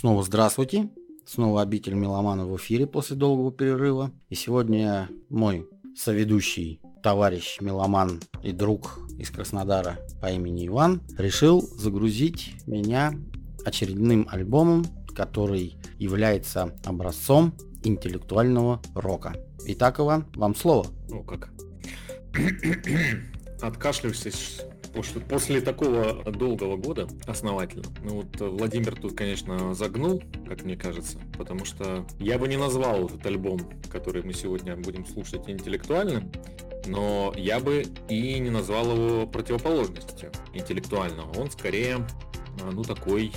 Снова здравствуйте. Снова обитель меломана в эфире после долгого перерыва. И сегодня мой соведущий, товарищ меломан и друг из Краснодара по имени Иван решил загрузить меня очередным альбомом, который является образцом интеллектуального рока. Итак, Иван, вам слово. Ну как? Откашлявшись после такого долгого года основательно. Ну вот Владимир тут, конечно, загнул, как мне кажется, потому что я бы не назвал этот альбом, который мы сегодня будем слушать, интеллектуальным, но я бы и не назвал его противоположностью интеллектуального. Он скорее, такой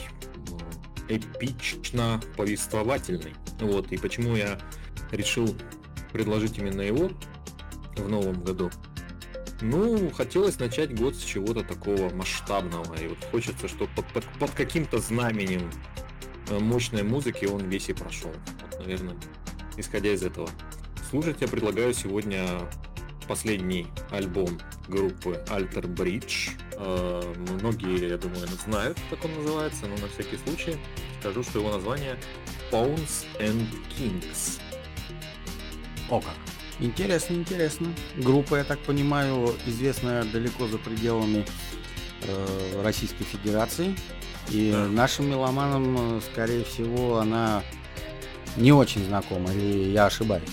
эпично-повествовательный. Вот, и почему я решил предложить именно его в новом году? Хотелось начать год с чего-то такого масштабного, и вот хочется, чтобы под каким-то знаменем мощной музыки он весь и прошел. Вот, наверное, исходя из этого. Слушать я предлагаю сегодня последний альбом группы Alter Bridge. Многие, я думаю, знают, как он называется, но на всякий случай скажу, что его название Pawns and Kings. О как! Интересно. Группа, я так понимаю, известная далеко за пределами Российской Федерации. И да. Нашим меломанам, скорее всего, она не очень знакома, или я ошибаюсь?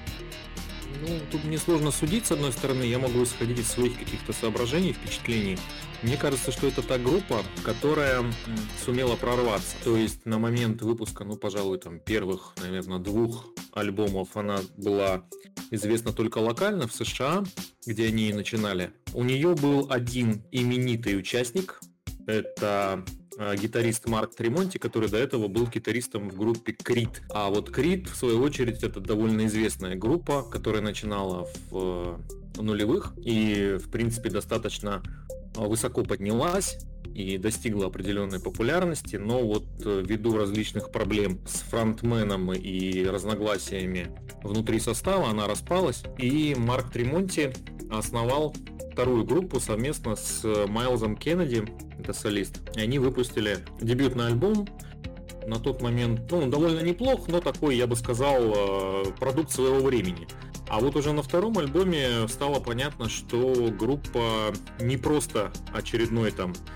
Тут мне сложно судить, с одной стороны, я могу исходить из своих каких-то соображений, впечатлений. Мне кажется, что это та группа, которая сумела прорваться. То есть на момент выпуска, пожалуй, первых, наверное, 2 альбомов она была известна только локально в США, где они и начинали. У нее был один именитый участник, это гитарист Марк Тремонти, который до этого был гитаристом в группе Creed. А вот Creed, в свою очередь, это довольно известная группа, которая начинала в нулевых и, в принципе, достаточно высоко поднялась и достигла определенной популярности, но вот ввиду различных проблем с фронтменом и разногласиями внутри состава она распалась, и Марк Тремонти основал вторую группу совместно с Майлзом Кеннеди, это солист. И они выпустили дебютный альбом, на тот момент, довольно неплох, но такой, я бы сказал, продукт своего времени. А вот уже на втором альбоме стало понятно, что группа не просто очередной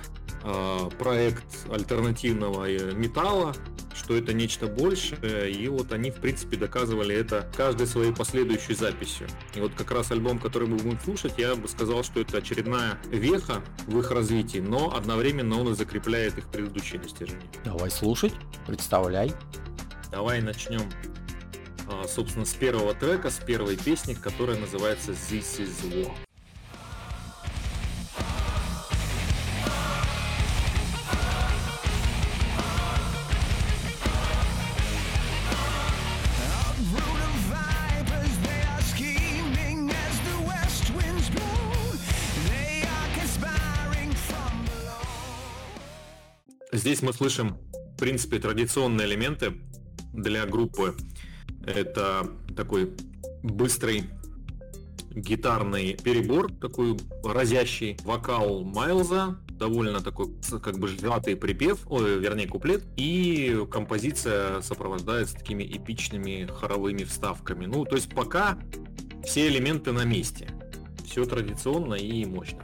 проект альтернативного металла, что это нечто большее, и вот они, в принципе, доказывали это каждой своей последующей записью. И вот как раз альбом, который мы будем слушать, я бы сказал, что это очередная веха в их развитии, но одновременно он и закрепляет их предыдущие достижения. Давай слушать, представляй. Давай начнем, собственно, с первого трека, с первой песни, которая называется This Is War. Здесь мы слышим, в принципе, традиционные элементы для группы. Это такой быстрый гитарный перебор, такой разящий вокал Майлза, довольно такой сжатый припев, куплет, и композиция сопровождается такими эпичными хоровыми вставками. То есть пока все элементы на месте. Все традиционно и мощно.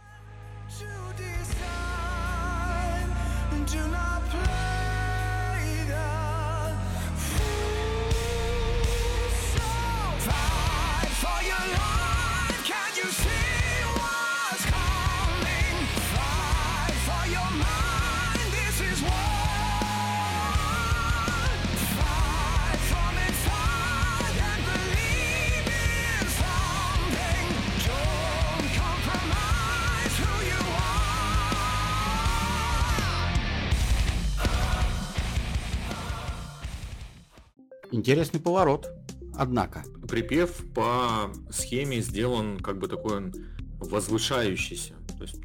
Интересный поворот, однако. Припев по схеме сделан такой он возвышающийся. То есть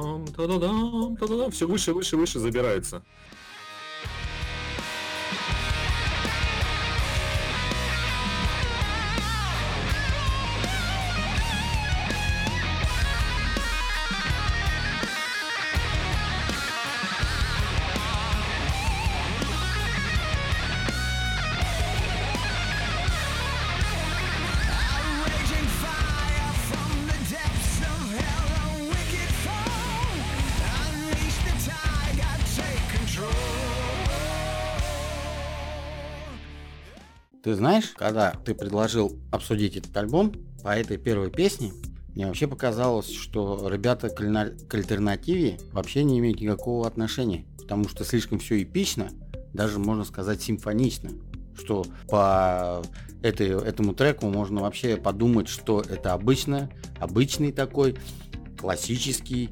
все выше забирается. Ты знаешь, когда ты предложил обсудить этот альбом, по этой первой песне, мне вообще показалось, что ребята к альтернативе вообще не имеют никакого отношения, потому что слишком все эпично, даже можно сказать симфонично, что по этому треку можно вообще подумать, что это обычный такой классический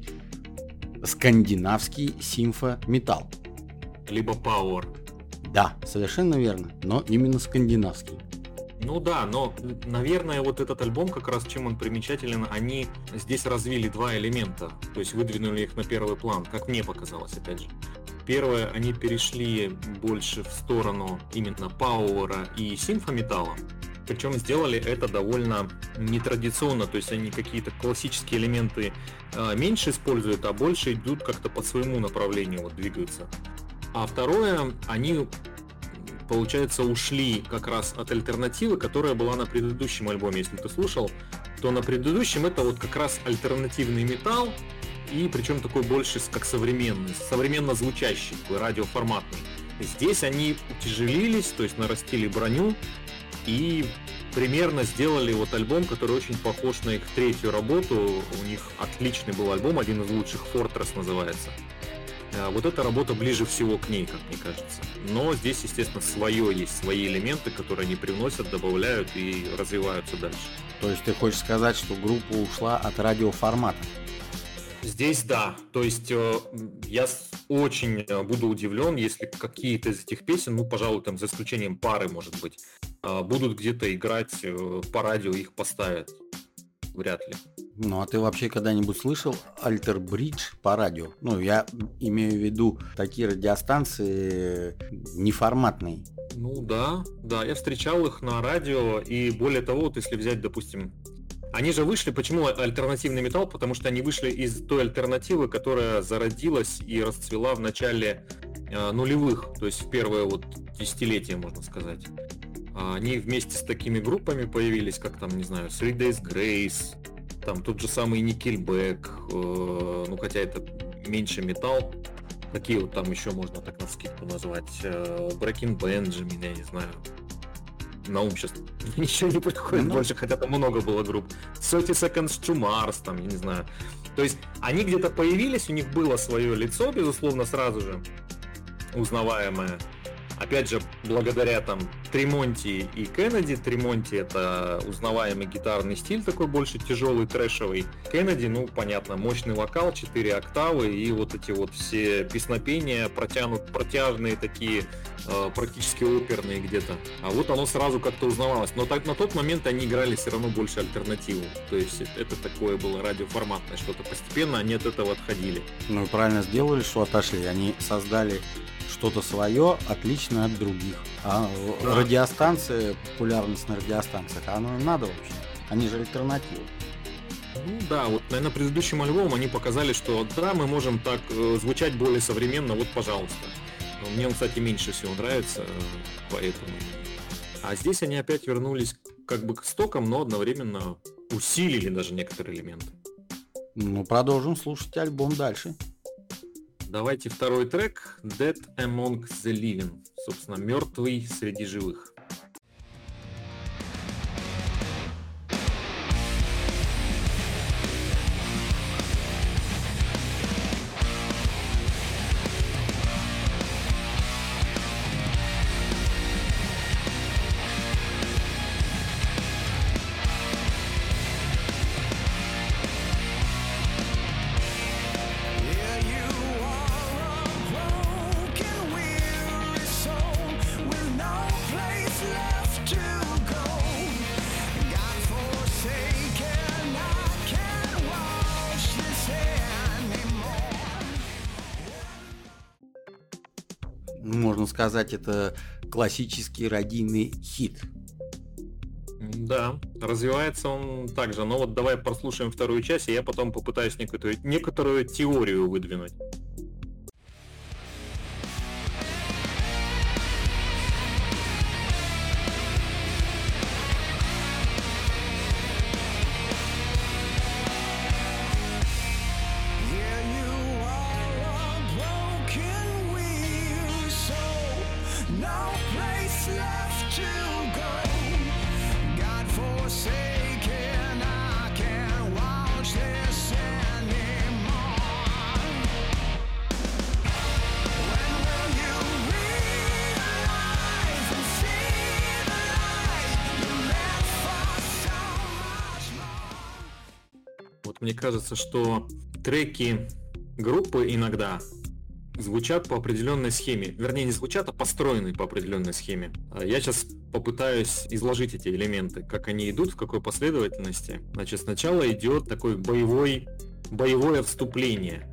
скандинавский симфо-металл. Либо Power. Да, совершенно верно, но именно скандинавский. Ну да, но, наверное, вот этот альбом, как раз чем он примечателен, они здесь развили два элемента, то есть выдвинули их на первый план, как мне показалось, опять же. Первое, они перешли больше в сторону именно пауэра и симфометалла, причем сделали это довольно нетрадиционно, то есть они какие-то классические элементы меньше используют, а больше идут как-то по своему направлению, вот двигаются. А второе, они, получается, ушли как раз от альтернативы, которая была на предыдущем альбоме. Если ты слушал, то на предыдущем это вот как раз альтернативный металл, и причем такой больше как современный, современно звучащий, такой радиоформатный. Здесь они утяжелились, то есть нарастили броню и примерно сделали вот альбом, который очень похож на их третью работу. У них отличный был альбом, один из лучших, Fortress называется. Вот эта работа ближе всего к ней, как мне кажется. Но здесь, естественно, есть свои элементы, которые они привносят, добавляют и развиваются дальше. То есть ты хочешь сказать, что группа ушла от радиоформата? Здесь да. То есть я очень буду удивлен, если какие-то из этих песен, ну, пожалуй, там за исключением пары, может быть, будут где-то играть по радио, их поставят. Вряд ли. Ну, а ты вообще когда-нибудь слышал Alter Bridge по радио? Ну, я имею в виду такие радиостанции неформатные. Ну, да, я встречал их на радио, и более того, вот если взять, допустим, они же вышли, почему альтернативный металл? Потому что они вышли из той альтернативы, которая зародилась и расцвела в начале нулевых, то есть в первое вот десятилетие, можно сказать. Они вместе с такими группами появились, как там, не знаю, Three Days Grace, там тот же самый Nickelback, ну хотя это меньше металл. Какие вот там еще можно так навскидку назвать? Breaking Benjamin, я не знаю. На ум сейчас ничего не приходит больше, хотя там много было групп. 30 Seconds to Mars, там, я не знаю. То есть они где-то появились, у них было свое лицо, безусловно, сразу же узнаваемое. Опять же, благодаря там Тремонти и Кеннеди. Тремонти — это узнаваемый гитарный стиль, такой больше тяжелый, трэшевый. Кеннеди, ну, понятно, мощный вокал, 4 октавы и вот эти вот все песнопения протяжные такие, практически оперные где-то. А вот оно сразу как-то узнавалось. Но так, на тот момент они играли все равно больше альтернативу. То есть это такое было радиоформатное что-то. Постепенно они от этого отходили. Ну и правильно сделали, что отошли. Они создали что-то свое, отличное от других. А да. Радиостанции, популярность на радиостанциях, оно надо вообще. Они же альтернатива. Ну да, вот, наверное, предыдущим альбомом они показали, что да, мы можем так звучать более современно, вот, пожалуйста. Мне он, кстати, меньше всего нравится, поэтому. А здесь они опять вернулись как бы к истокам, но одновременно усилили даже некоторые элементы. Ну, продолжим слушать альбом дальше. Давайте второй трек Dead Among the Living, собственно, мертвый среди живых. Можно сказать, это классический радийный хит. Да, развивается он также. Но вот давай прослушаем вторую часть, и я потом попытаюсь некоторую теорию выдвинуть. No place left to go. мне кажется, что треки группы иногда звучат по определенной схеме. Вернее, не звучат, а построены по определенной схеме. Я сейчас попытаюсь изложить эти элементы, как они идут, в какой последовательности. Значит, сначала идет такое боевое вступление,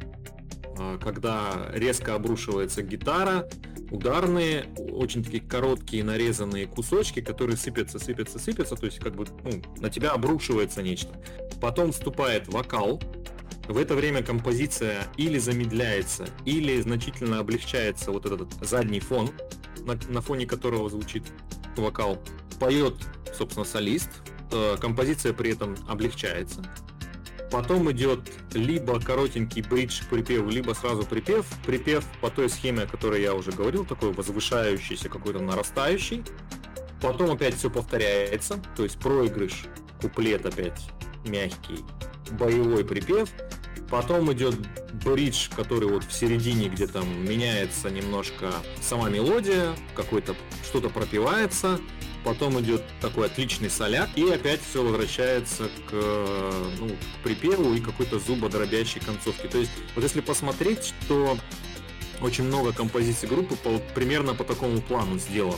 когда резко обрушивается гитара, ударные, очень такие короткие нарезанные кусочки, которые сыпятся, то есть как бы на тебя обрушивается нечто. Потом вступает вокал. В это время композиция или замедляется, или значительно облегчается вот этот задний фон, на фоне которого звучит вокал. Поет, собственно, солист, композиция при этом облегчается. Потом идет либо коротенький бридж-припев, либо сразу припев. Припев по той схеме, о которой я уже говорил, такой возвышающийся, какой-то нарастающий. Потом опять все повторяется, то есть проигрыш, куплет опять мягкий, боевой припев. Потом идет бридж, который вот в середине, где там меняется немножко сама мелодия, что-то пропевается. Потом идет такой отличный соляк, и опять все возвращается к припеву и какой-то зубодробящей концовке. То есть, вот если посмотреть, то очень много композиций группы примерно по такому плану сделано.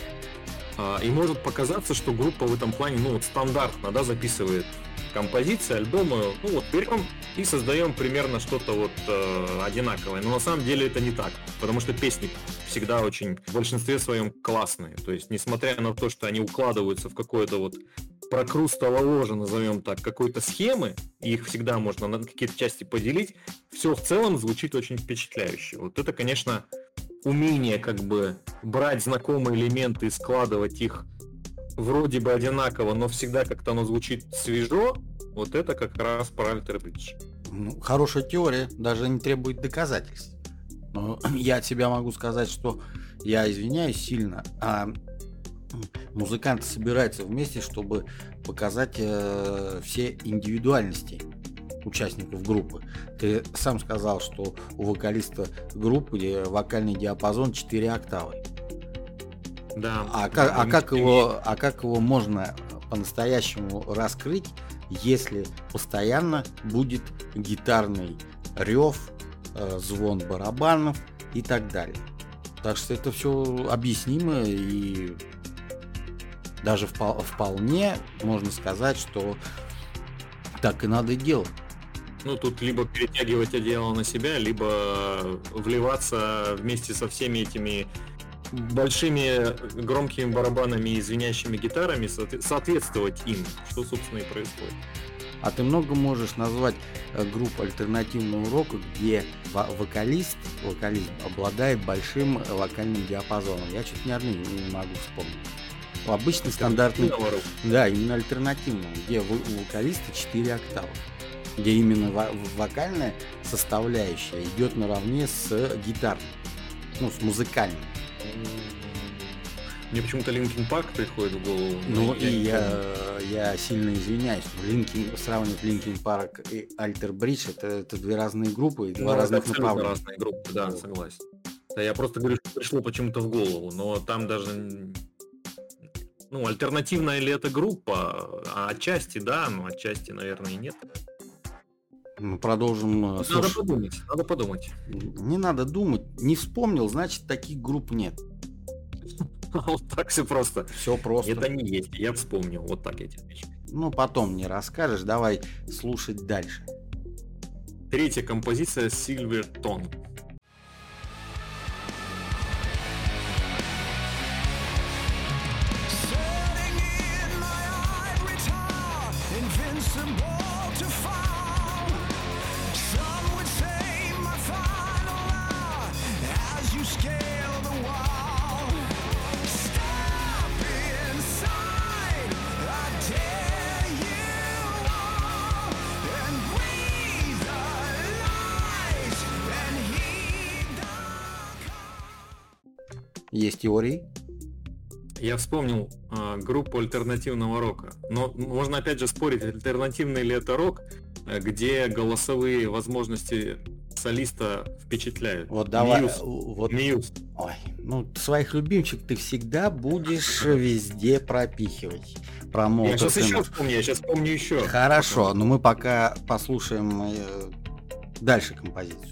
И может показаться, что группа в этом плане, стандартно, записывает композиции, альбомы, берем и создаем примерно что-то одинаковое. Но на самом деле это не так, потому что песни всегда очень в большинстве своем классные. То есть, несмотря на то, что они укладываются в какое-то прокрустово ложе, назовем так, какой-то схемы, и их всегда можно на какие-то части поделить, все в целом звучит очень впечатляюще. Вот это, конечно, умение брать знакомые элементы и складывать их вроде бы одинаково, но всегда как-то оно звучит свежо, вот это как раз про Alter Bridge. Хорошая теория, даже не требует доказательств. Но я от себя могу сказать, что я извиняюсь сильно, а музыканты собираются вместе, чтобы показать все индивидуальности участников группы. Ты сам сказал, что у вокалиста группы вокальный диапазон 4 октавы. Да. Как его можно по-настоящему раскрыть, если постоянно будет гитарный рев, звон барабанов и так далее. Так что это все объяснимо, и даже вполне можно сказать, что так и надо делать. Тут либо перетягивать одеяло на себя, либо вливаться вместе со всеми этими большими громкими барабанами и звенящими гитарами, соответствовать им, что, собственно, и происходит. А ты много можешь назвать группу альтернативного рока, где вокалист обладает большим вокальным диапазоном? Я чуть ни одну не могу вспомнить. Обычный стандартный... Да, именно альтернативного, где у вокалиста 4 октавы. Где именно вокальная составляющая идет наравне с гитарной, с музыкальной. Мне почему-то Linkin Park приходит в голову. Я сильно извиняюсь. Сравнивать Linkin Park и Alter Bridge это две разные группы и два разных направления. Разные группы, да, согласен. Да, я просто говорю, что пришло почему-то в голову, но там даже... альтернативная ли это группа? А отчасти да, но отчасти, наверное, и нет. Мы продолжим. Надо подумать. Не надо думать. Не вспомнил, значит, таких групп нет. Вот так все просто. Все просто. Это не есть. Я вспомнил. Вот так я тебе отвечу. Потом мне расскажешь. Давай слушать дальше. Третья композиция Silver Tone. Есть теории? Я вспомнил группу альтернативного рока. Но можно опять же спорить, альтернативный ли это рок, где голосовые возможности солиста впечатляют. Вот давай. Muse. Ой, Ну, своих любимчик ты всегда будешь везде пропихивать. Я сейчас еще вспомню, я сейчас помню еще. Хорошо, но мы пока послушаем дальше композицию.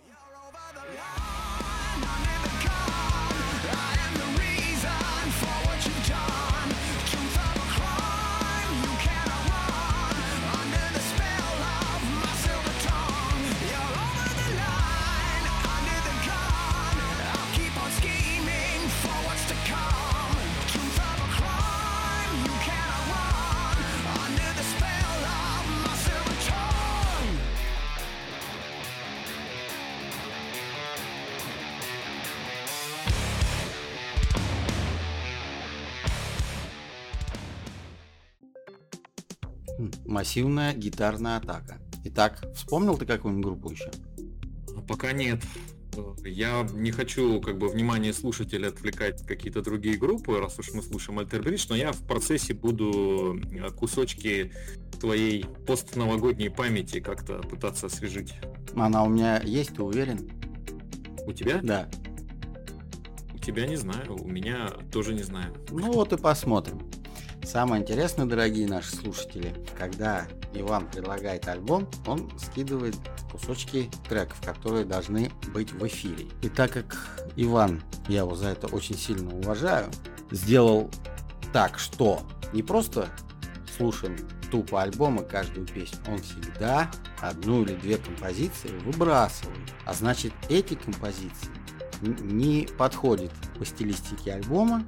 Массивная гитарная атака. Итак, вспомнил ты какую-нибудь группу еще? Пока нет. Я не хочу внимание слушателя отвлекать какие-то другие группы, раз уж мы слушаем Alter Bridge, но я в процессе буду кусочки твоей постновогодней памяти как-то пытаться освежить. Она у меня есть, ты уверен? У тебя? Да. У тебя не знаю, у меня тоже не знаю. Ну вот и посмотрим. Самое интересное, дорогие наши слушатели, когда Иван предлагает альбом, он скидывает кусочки треков, которые должны быть в эфире. И так как Иван, я его за это очень сильно уважаю, сделал так, что не просто слушаем тупо альбомы, каждую песню, он всегда одну или две композиции выбрасывает. А значит, эти композиции не подходят по стилистике альбома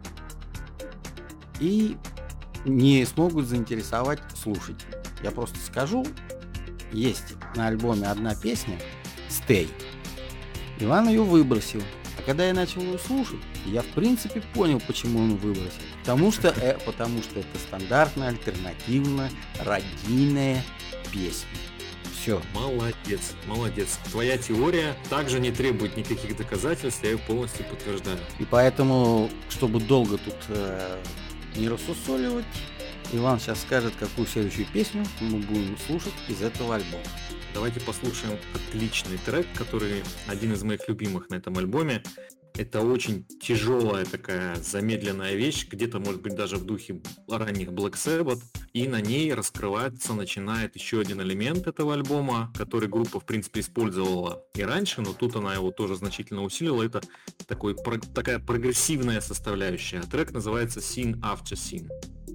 и не смогут заинтересовать слушателей. Я просто скажу, есть на альбоме одна песня «Stay». Иван ее выбросил. А когда я начал ее слушать, я в принципе понял, почему он выбросил. Потому что это стандартная, альтернативная, радийная песня. Все. Молодец, молодец. Твоя теория также не требует никаких доказательств, я ее полностью подтверждаю. И поэтому, чтобы долго тут не рассусоливать, Иван сейчас скажет, какую следующую песню мы будем слушать из этого альбома. Давайте послушаем отличный трек, который один из моих любимых на этом альбоме. Это очень тяжелая такая замедленная вещь, где-то может быть даже в духе ранних Black Sabbath. И на ней начинает еще один элемент этого альбома, который группа в принципе использовала и раньше, но тут она его тоже значительно усилила. Это такая прогрессивная составляющая. Трек называется Scene After Scene.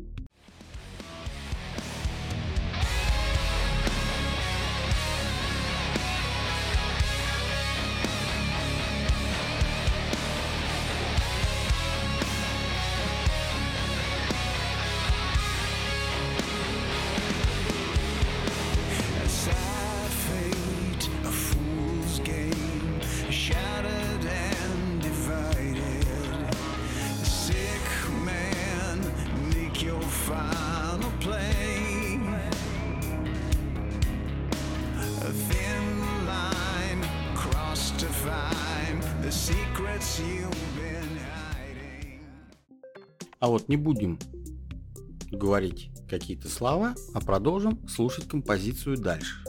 А вот не будем говорить какие-то слова, а продолжим слушать композицию дальше.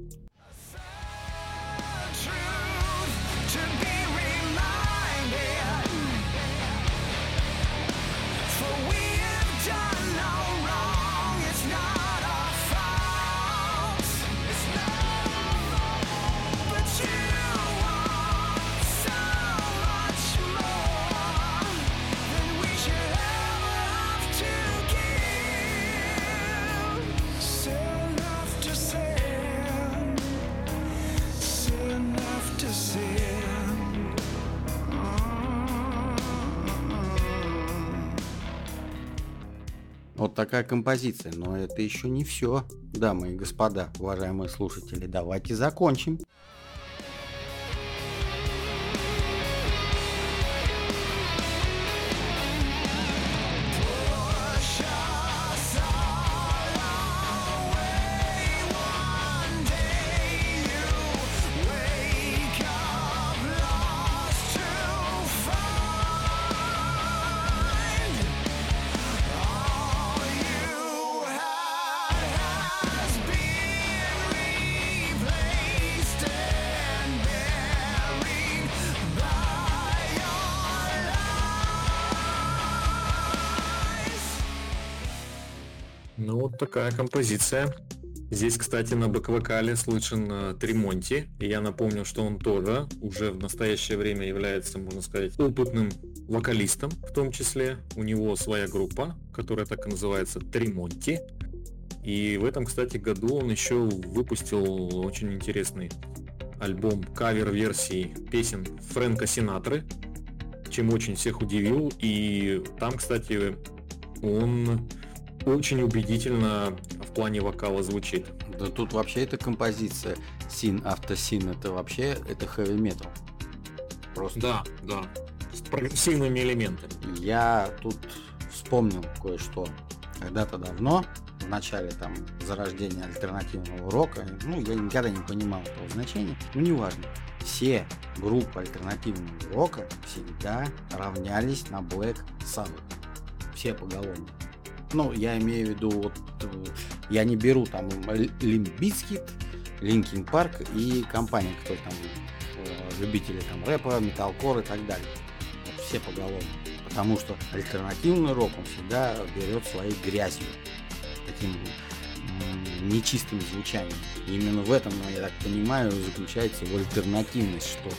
Вот такая композиция, но это еще не все, дамы и господа, уважаемые слушатели. Давайте закончим. Stay Ну, вот такая композиция. Здесь, кстати, на бэк-вокале слышен Тремонти. И я напомню, что он тоже уже в настоящее время является, можно сказать, опытным вокалистом в том числе. У него своя группа, которая так и называется Тремонти. И в этом, кстати, году он еще выпустил очень интересный альбом кавер-версий песен Фрэнка Синатры, чем очень всех удивил. И там, кстати, он очень убедительно в плане вокала звучит. Да тут вообще эта композиция Sin After Sin, это вообще это heavy metal. Просто. Да. С прогрессивными элементами. Я тут вспомнил кое-что. Когда-то давно, в начале там зарождения альтернативного рока, я никогда не понимал этого значения, неважно. Все группы альтернативного рока всегда равнялись на Black Sabbath. Все поголовно. Я имею в виду, я не беру там Limp Bizkit, Linkin Park и компания, кто там, любители там рэпа, металкор и так далее. Все поголовно. Потому что альтернативный рок, он всегда берет своей грязью, таким нечистым звучанием. И именно в этом, я так понимаю, заключается его альтернативность, что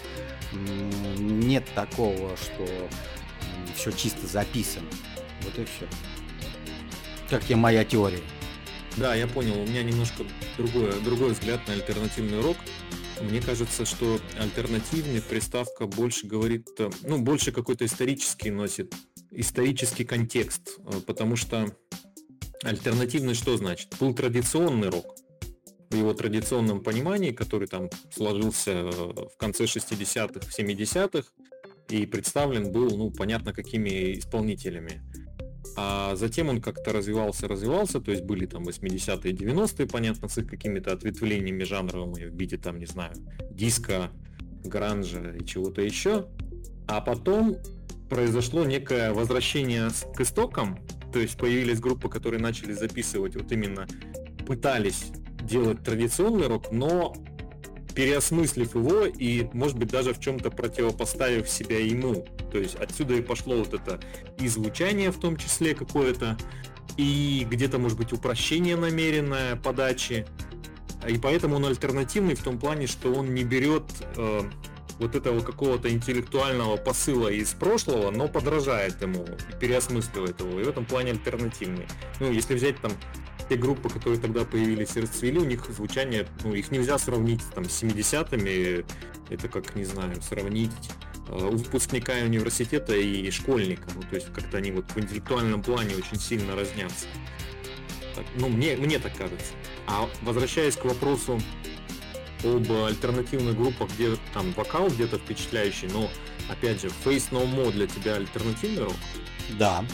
нет такого, что все чисто записано. Вот и все. Как тебе моя теория? Да, я понял. У меня немножко другой взгляд на альтернативный рок. Мне кажется, что альтернативный приставка больше говорит, больше какой-то исторический носит, исторический контекст, потому что альтернативный что значит? Был традиционный рок в его традиционном понимании, который там сложился в конце 60-х, в 70-х и представлен был, понятно, какими исполнителями. А затем он как-то развивался, то есть были там 80-е, 90-е, понятно, с их какими-то ответвлениями жанровыми в виде там, не знаю, диска, гранжа и чего-то еще. А потом произошло некое возвращение к истокам, то есть появились группы, которые начали записывать, вот именно пытались делать традиционный рок, но переосмыслив его и, может быть, даже в чем-то противопоставив себя ему. То есть отсюда и пошло вот это и звучание в том числе какое-то, и где-то, может быть, упрощение намеренное подачи. И поэтому он альтернативный в том плане, что он не берет вот этого какого-то интеллектуального посыла из прошлого, но подражает ему и переосмысливает его. И в этом плане альтернативный. Если взять там те группы, которые тогда появились и расцвели, у них звучание, их нельзя сравнить там с 70-ми, это как, не знаю, сравнить выпускника университета и школьника, то есть как-то они вот в интеллектуальном плане очень сильно разнятся. Так, мне так кажется. А возвращаясь к вопросу об альтернативных группах, где там вокал где-то впечатляющий, но опять же, Faith No More для тебя альтернативный рок? Да.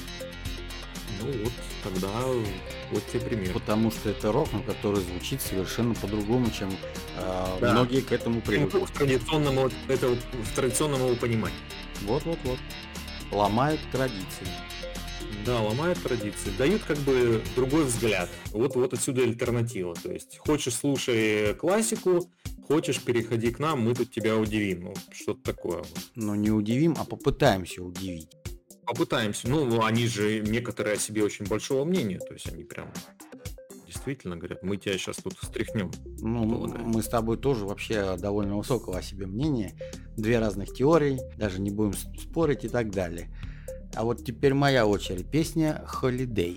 Тогда вот тебе пример. Потому что это рок, который звучит совершенно по-другому, чем многие к этому привыкли. В традиционном его понимании. Вот. Ломают традиции. Да, ломают традиции. Дают как бы другой взгляд. Вот отсюда альтернатива. То есть хочешь, слушай классику, хочешь, переходи к нам, мы тут тебя удивим. Что-то такое. Не удивим, а попытаемся удивить. Попытаемся. Они же некоторые о себе очень большого мнения. То есть они прям действительно говорят, мы тебя сейчас тут встряхнем. Мы с тобой тоже вообще довольно высокого о себе мнения. Две разных теории, даже не будем спорить и так далее. А вот теперь моя очередь. Песня «Holiday».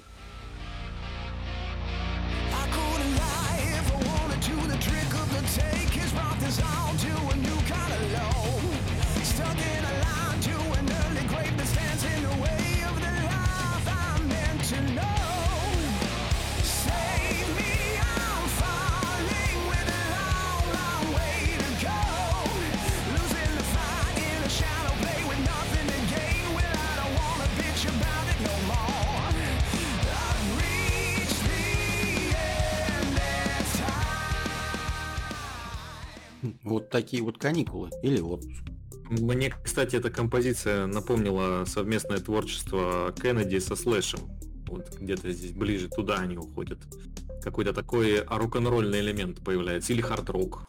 Вот такие вот каникулы или отпуск. Мне, кстати, эта композиция напомнила совместное творчество Кеннеди со Слэшем. Вот где-то здесь ближе туда они уходят. Какой-то такой рок-н-ролльный элемент появляется. Или хард-рок.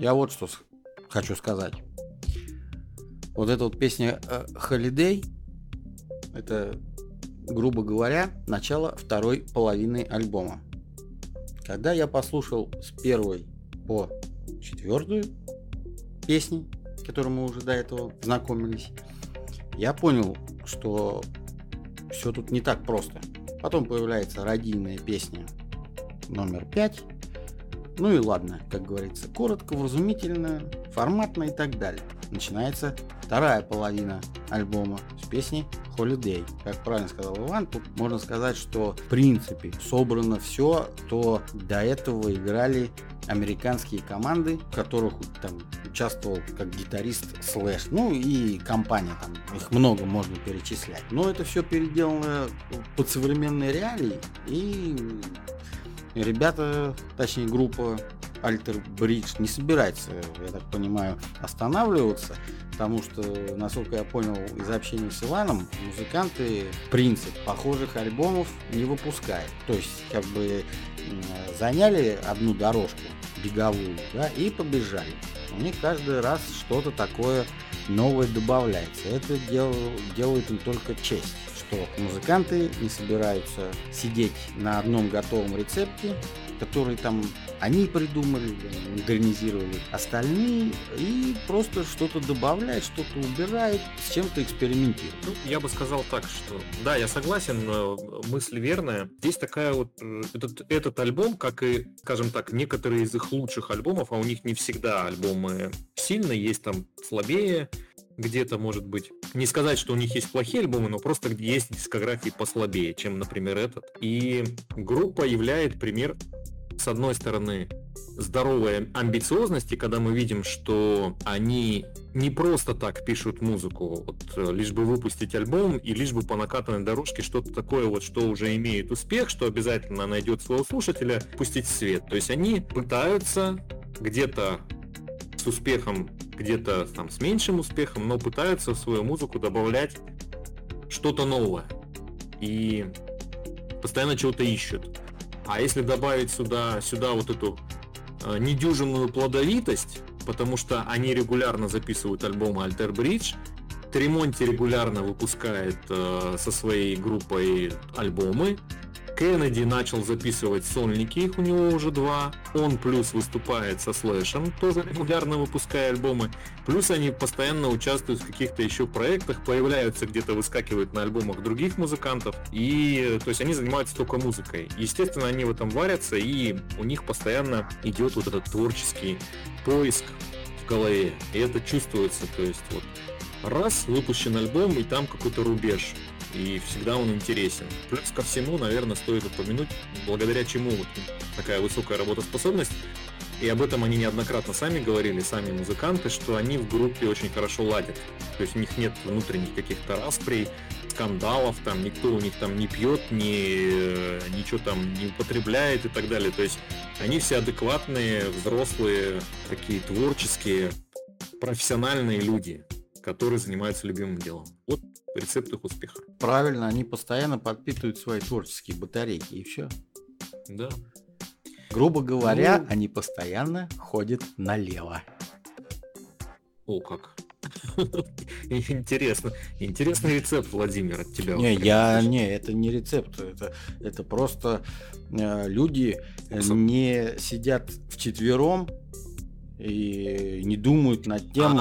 я вот что хочу сказать. Вот эта вот песня Holiday, это, грубо говоря, начало второй половины альбома. Когда я послушал с первой по четвертую песни, с которой мы уже до этого знакомились, я понял, что все тут не так просто. Потом появляется родийная песня номер 5. Ну и ладно, как говорится, коротко, вразумительно, форматно и так далее. Начинается вторая половина альбома с песней Holiday. Как правильно сказал Иван, тут можно сказать, что в принципе собрано все, то до этого играли американские команды, в которых там участвовал как гитарист Slash, ну и компания, там их много можно перечислять. Но это все переделано под современные реалии, и ребята, точнее группа Alter Bridge не собирается, я так понимаю, останавливаться, потому что, насколько я понял из общения с Иваном, музыканты в принципе похожих альбомов не выпускают. То есть как бы заняли одну дорожку беговую, да, и побежали. У них каждый раз что-то такое новое добавляется. Это делает им только честь, что музыканты не собираются сидеть на одном готовом рецепте, который там они придумали, модернизировали остальные, и просто что-то добавляют, что-то убирают, с чем-то экспериментируют. Ну, я бы сказал так, что да, я согласен, мысль верная. Здесь такая вот этот альбом, как и, скажем так, некоторые из их лучших альбомов, а у них не всегда альбомы сильные, есть там слабее, где-то, может быть, не сказать, что у них есть плохие альбомы, но просто где есть дискографии послабее, чем, например, этот. И группа являет пример, с одной стороны, здоровой амбициозности, когда мы видим, что они не просто так пишут музыку, вот, лишь бы выпустить альбом и лишь бы по накатанной дорожке что-то такое, вот, что уже имеет успех, что обязательно найдет своего слушателя, пустить в свет. То есть они пытаются где-то с успехом, где-то там с меньшим успехом, но пытаются в свою музыку добавлять что-то новое. И постоянно чего-то ищут. А если добавить сюда вот эту недюжинную плодовитость, потому что они регулярно записывают альбомы Alter Bridge, Треmonti регулярно выпускает со своей группой альбомы, Кеннеди начал записывать сольники, их у него уже 2. Он плюс выступает со Слэшем, тоже регулярно выпуская альбомы. Плюс они постоянно участвуют в каких-то еще проектах, появляются где-то, выскакивают на альбомах других музыкантов. И, то есть, они занимаются только музыкой. Естественно, они в этом варятся, и у них постоянно идет вот этот творческий поиск в голове. И это чувствуется, то есть, вот раз, выпущен альбом, и там какой-то рубеж. И всегда он интересен. Плюс ко всему, наверное, стоит упомянуть, благодаря чему вот такая высокая работоспособность, и об этом они неоднократно сами говорили, сами музыканты, что они в группе очень хорошо ладят. То есть у них нет внутренних каких-то расприй, скандалов, там никто у них там не пьет, ничего там не употребляет и так далее. То есть они все адекватные, взрослые, такие творческие, профессиональные люди, которые занимаются любимым делом. Вот рецепт их успеха. Правильно, они постоянно подпитывают свои творческие батарейки, и все. Да. Грубо говоря, они постоянно ходят налево. О, как. Интересно. Интересный рецепт, Владимир, от тебя. Это не рецепт. Это просто люди не сидят вчетвером и не думают над тем,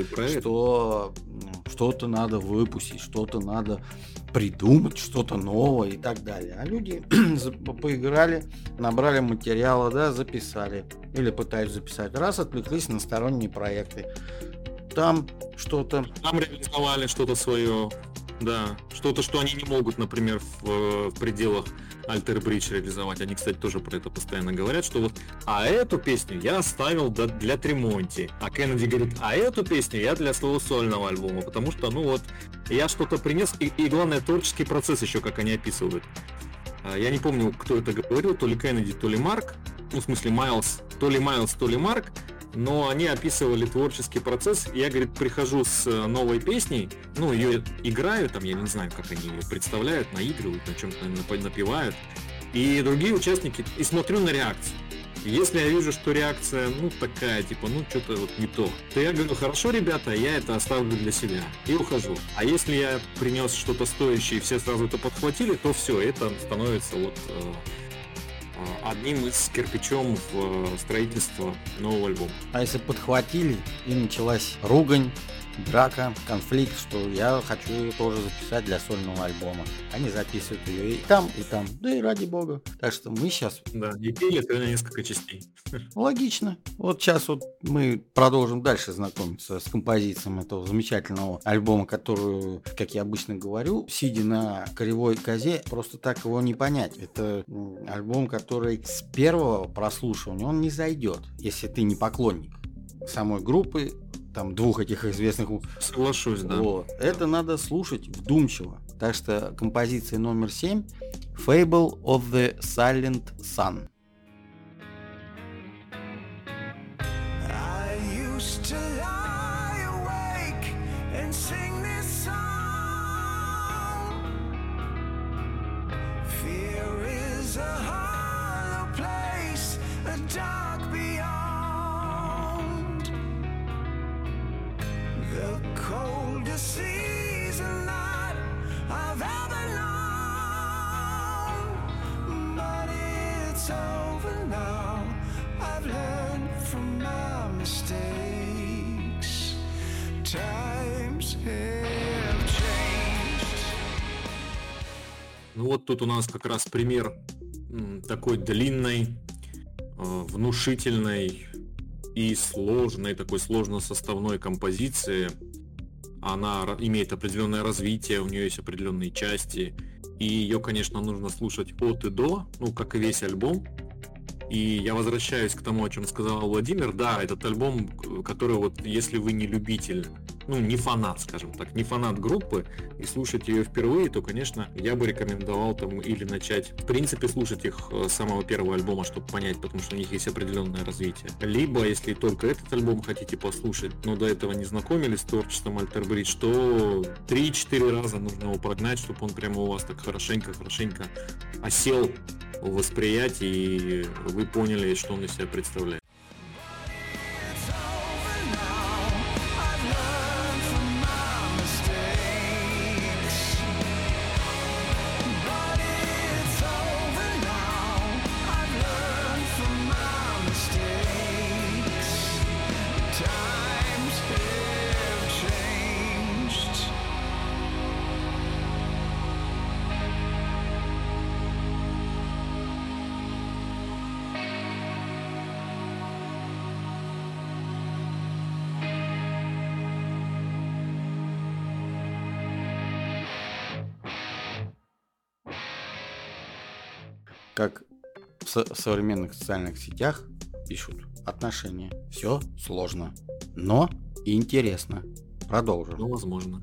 что что-то надо выпустить, что-то надо придумать, что-то новое и так далее. А люди поиграли, набрали материала, да, записали или пытаются записать. Раз, отвлеклись на сторонние проекты. Там что-то... Там реализовали что-то свое, да. Что-то, что они не могут, например, в пределах Alter Bridge реализовать. Они, кстати, тоже про это постоянно говорят, что вот, а эту песню я оставил для Треmonti. А Кеннеди говорит, а эту песню я для своего сольного альбома, потому что, ну вот, я что-то принес, и главное, творческий процесс еще, как они описывают. Я не помню, кто это говорил, то ли Кеннеди, то ли Марк, ну, в смысле, Майлз, то ли Марк, но они описывали творческий процесс. Я, говорит, прихожу с новой песней, ну, ее играю, там, я не знаю, как они ее представляют, наигрывают, на чем-то напевают, и другие участники, и смотрю на реакцию. Если я вижу, что реакция, такая, типа, что-то вот не то, то я говорю, хорошо, ребята, я это оставлю для себя и ухожу. А если я принес что-то стоящее и все сразу это подхватили, то все, это становится одним из кирпичом в строительство нового альбома. А если подхватили и началась ругань, драка, конфликт, что я хочу ее тоже записать для сольного альбома. Они записывают ее и там, да и ради бога. Так что мы сейчас... Да, и пили это на несколько частей. Логично. Вот сейчас мы продолжим дальше знакомиться с композициями этого замечательного альбома, которую, как я обычно говорю, сидя на кривой козе, просто так его не понять. Это альбом, который с первого прослушивания он не зайдет, если ты не поклонник самой группы, там двух этих известных. Соглашусь, да. Это надо слушать вдумчиво. Так что композиция номер 7 Fable of the Silent Sun. Вот тут у нас как раз пример такой длинной, внушительной и сложной, такой сложносоставной композиции. Она имеет определенное развитие, у нее есть определенные части, и ее, конечно, нужно слушать от и до, как и весь альбом. И я возвращаюсь к тому, о чем сказал Владимир. Да, этот альбом, который если вы не любитель, не фанат, скажем так, не фанат группы, и слушать ее впервые, то, конечно, я бы рекомендовал или начать, в принципе, слушать их с самого первого альбома, чтобы понять, потому что у них есть определенное развитие. Либо, если только этот альбом хотите послушать, но до этого не знакомились с творчеством Alter Bridge, то 3-4 раза нужно его прогнать, чтобы он прямо у вас так хорошенько осел в восприятии, и вы поняли, что он из себя представляет. Как в современных социальных сетях пишут, отношения. Все сложно, но интересно. Продолжим. Возможно.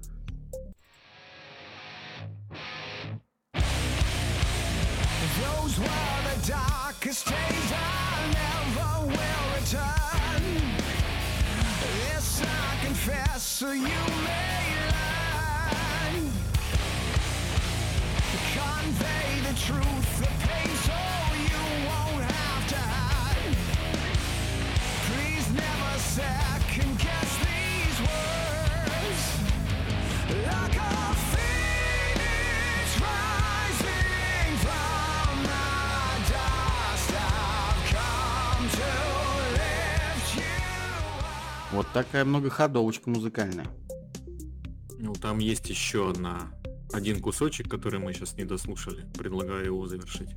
Truth, the pain, so you won't have to hide. Please never second guess these words. Like a phoenix rising from the dust, I've come to lift you up. Вот такая многоходовочка музыкальная. Там есть еще один кусочек, который мы сейчас не дослушали. Предлагаю его завершить.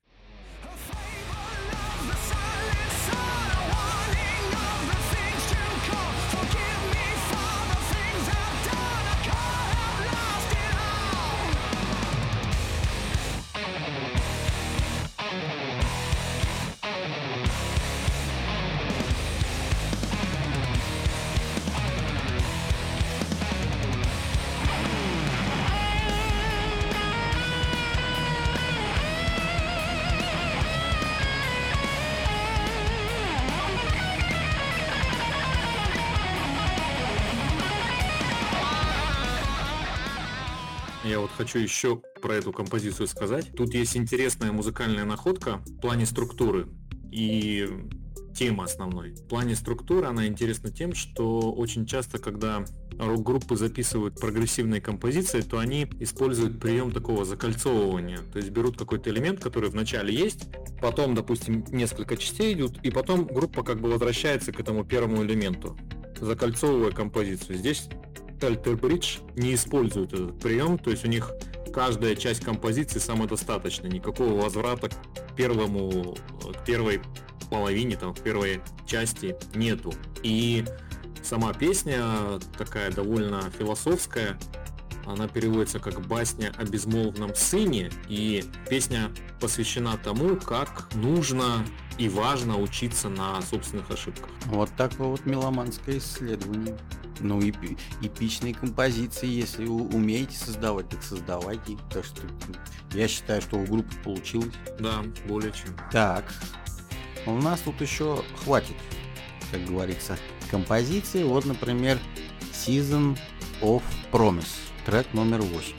Я хочу еще про эту композицию сказать. Тут есть интересная музыкальная находка в плане структуры. И темы основной. В плане структуры она интересна тем, что очень часто, когда рок-группы записывают прогрессивные композиции, то они используют прием такого закольцовывания. То есть берут какой-то элемент, который вначале есть, потом, допустим, несколько частей идут, и потом группа как бы возвращается к этому первому элементу, закольцовывая композицию. Здесь Alter Bridge не использует этот прием, то есть у них каждая часть композиции самодостаточна, никакого возврата к первой половине, там, к первой части нету. И сама песня такая довольно философская, она переводится как «Басня о безмолвном сыне», и песня посвящена тому, как нужно и важно учиться на собственных ошибках. Вот такое вот меломанское исследование. Ну и эпичные композиции, если вы умеете создавать, так создавайте. Так что я считаю, что у группы получилось. Да, более чем. Так, у нас тут еще хватит, как говорится, композиции. Вот, например, Season of Promise, трек номер 8.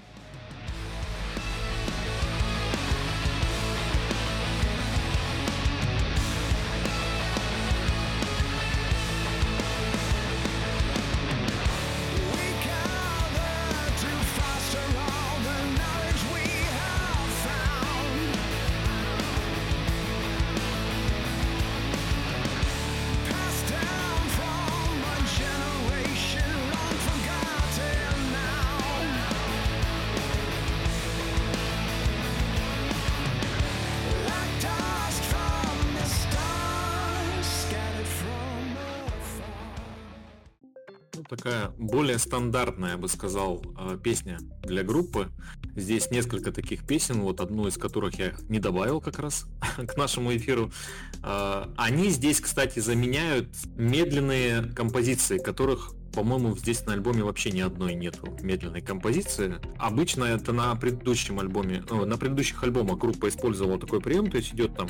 Такая более стандартная, я бы сказал, песня для группы. Здесь несколько таких песен, вот одну из которых я не добавил как раз к нашему эфиру. Они здесь, кстати, заменяют медленные композиции, которых, по-моему, здесь на альбоме вообще ни одной нету медленной композиции. Обычно это на предыдущем альбоме, на предыдущих альбомах группа использовала такой прием, то есть идет там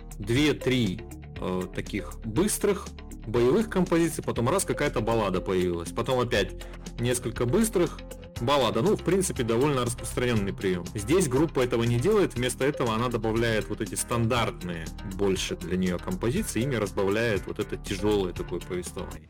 2-3 таких быстрых боевых композиций, потом раз какая-то баллада появилась, потом опять несколько быстрых, баллада. Ну, в принципе, довольно распространенный прием. Здесь группа этого не делает, вместо этого она добавляет вот эти стандартные, больше для нее композиции, ими разбавляет вот это тяжелое такое повествование.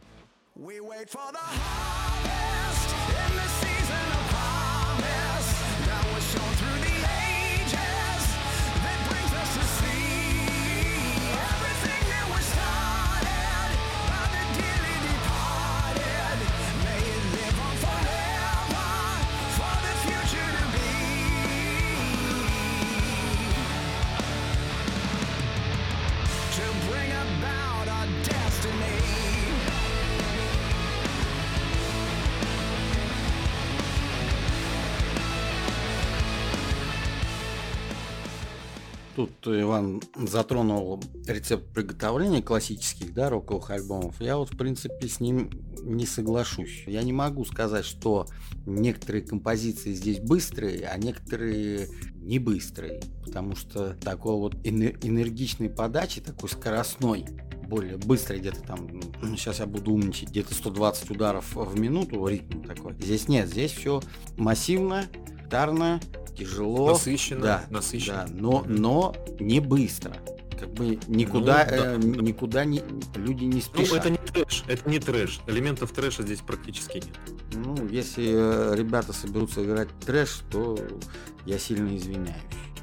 Тут Иван затронул рецепт приготовления классических, да, роковых альбомов. Я вот, в принципе, с ним не соглашусь. Я не могу сказать, что некоторые композиции здесь быстрые, а некоторые не быстрые. Потому что такой вот энергичной подачи, такой скоростной, более быстрой, где-то там, сейчас я буду умничать, где-то 120 ударов в минуту, ритм такой. Здесь нет, здесь все массивно, гитарно, тяжело, насыщенно, да, но не быстро. Как бы никуда, никуда люди не спешат. Ну, это не трэш. Элементов трэша здесь практически нет. Ну, если ребята соберутся играть трэш, то я сильно извиняюсь.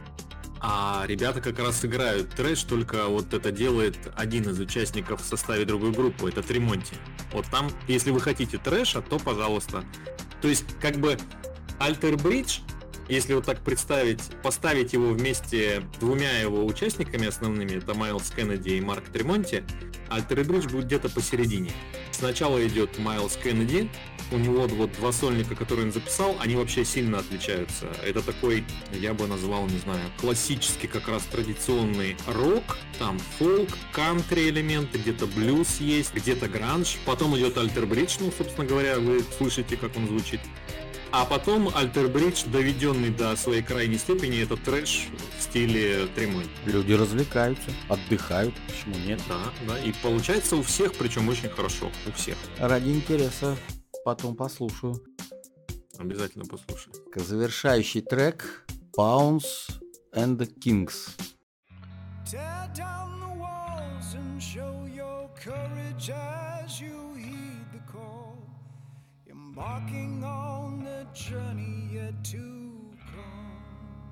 А ребята как раз играют трэш, только вот это делает один из участников в составе другой группы, это Tremonti. Вот там, если вы хотите трэша, то пожалуйста. То есть, как бы, Alter Bridge, если вот так представить, поставить его вместе двумя его участниками основными, это Майлз Кеннеди и Марк Tremonti, Alter Bridge будет где-то посередине. Сначала идет Майлз Кеннеди, у него вот два сольника, которые он записал, они вообще сильно отличаются. Это такой, я бы назвал, не знаю, классический как раз традиционный рок, там фолк, кантри элементы, где-то блюз есть, где-то гранж. Потом идет Alter Bridge, ну, собственно говоря, вы слышите, как он звучит. А потом Alter Bridge, доведенный до своей крайней степени, это трэш в стиле Tremonti. Люди развлекаются, отдыхают, почему нет? Да, и получается у всех, причем очень хорошо, у всех. Ради интереса потом послушаю. Обязательно послушай. Завершающий трек Pounds and the Kings. Tear down the walls and show courage as you heed the call, embarking on the journey yet to come.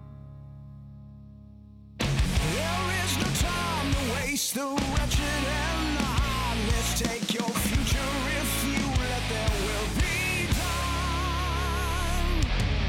There is no time to waste, the wretched and the heartless take your future if you let their will be done.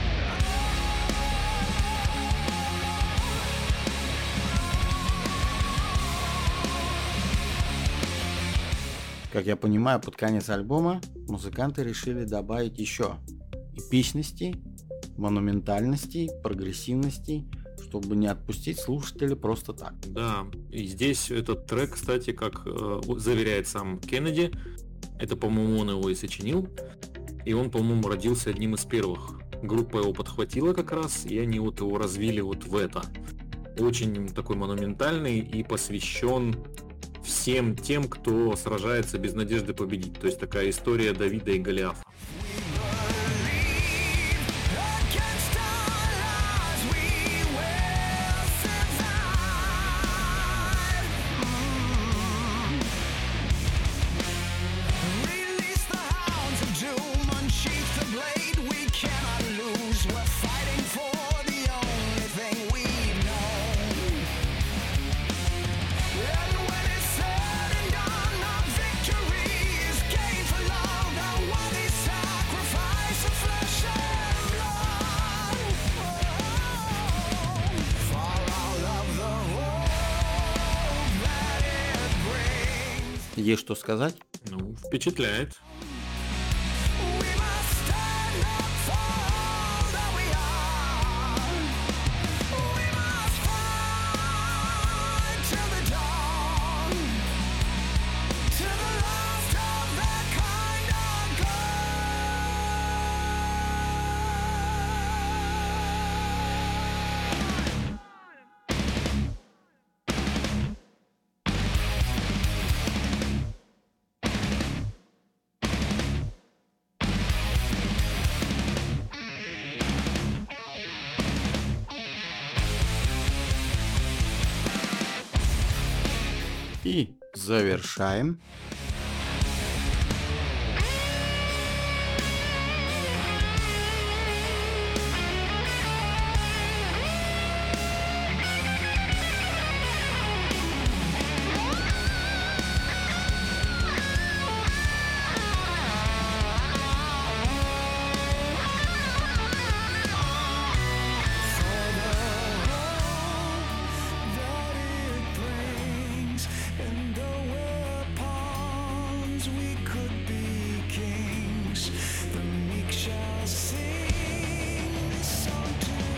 Как я понимаю, под конец альбома музыканты решили добавить еще эпичности, монументальности, прогрессивности, чтобы не отпустить слушателей просто так. Да, и здесь этот трек, кстати, как заверяет сам Кеннеди, это, по-моему, он его и сочинил, и он, по-моему, родился одним из первых. Группа его подхватила как раз, и они вот его развили вот в это. Очень такой монументальный и посвящен всем тем, кто сражается без надежды победить. То есть такая история Давида и Голиафа. Against our lives we will survive. Release the hounds of doom, unsheath the blade, we cannot lose. We're fighting for the only thing we know. And when it's said and done, our victory is gained for love. The worthy sacrifice of flesh and blood. For all of the hope that it brings. Есть что сказать? Ну, впечатляет. We must stand up for all that we are. We must fight till the dawn, till the last of their kind are И завершаем. that it brings. And though we're pawns, we could be kings. The meek shall sing this song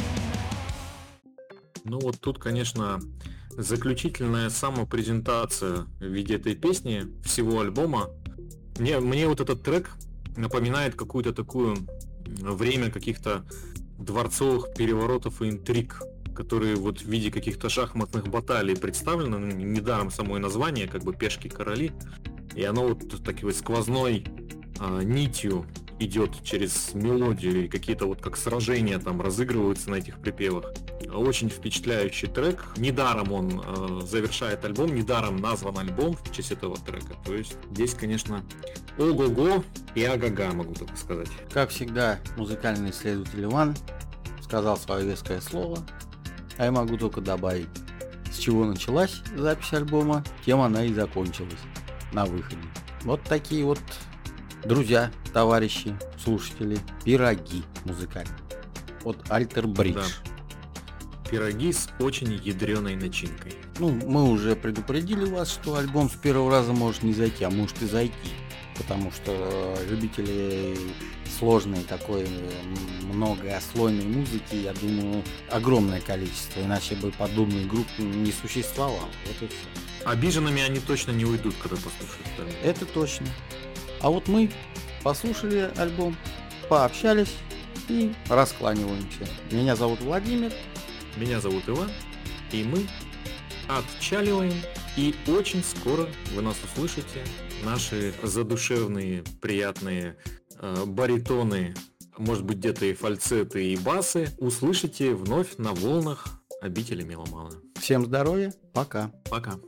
tonight. Ну вот тут, конечно, заключительная самопрезентация в виде этой песни всего альбома. Мне вот этот трек напоминает какую-то такую время каких-то дворцовых переворотов и интриг, которые вот в виде каких-то шахматных баталий представлены. Недаром самое название, как бы пешки-короли. И оно вот такой сквозной нитью идет через мелодию, и какие-то вот как сражения там разыгрываются на этих припевах. Очень впечатляющий трек. Недаром он завершает альбом, недаром назван альбом в честь этого трека. То есть здесь, конечно, ого-го и ага-га, могу так сказать. Как всегда, музыкальный исследователь Иван сказал свое веское слово, а я могу только добавить, с чего началась запись альбома, тем она и закончилась на выходе. Вот такие вот, друзья, товарищи, слушатели, пироги музыкальные от Alter Bridge. Да. Пироги с очень ядреной начинкой. Ну, мы уже предупредили вас, что альбом с первого раза может не зайти, а может и зайти. Потому что любителей сложной такой многослойной музыки, я думаю, огромное количество. Иначе бы подобной группы не существовало. Вот и все. Обиженными они точно не уйдут, когда послушают альбом. Это точно. А вот мы послушали альбом, пообщались и раскланиваемся. Меня зовут Владимир. Меня зовут Иван, и мы отчаливаем, и очень скоро вы нас услышите. Наши задушевные, приятные баритоны, может быть где-то и фальцеты, и басы услышите вновь на волнах обители меломана. Всем здоровья, пока. Пока.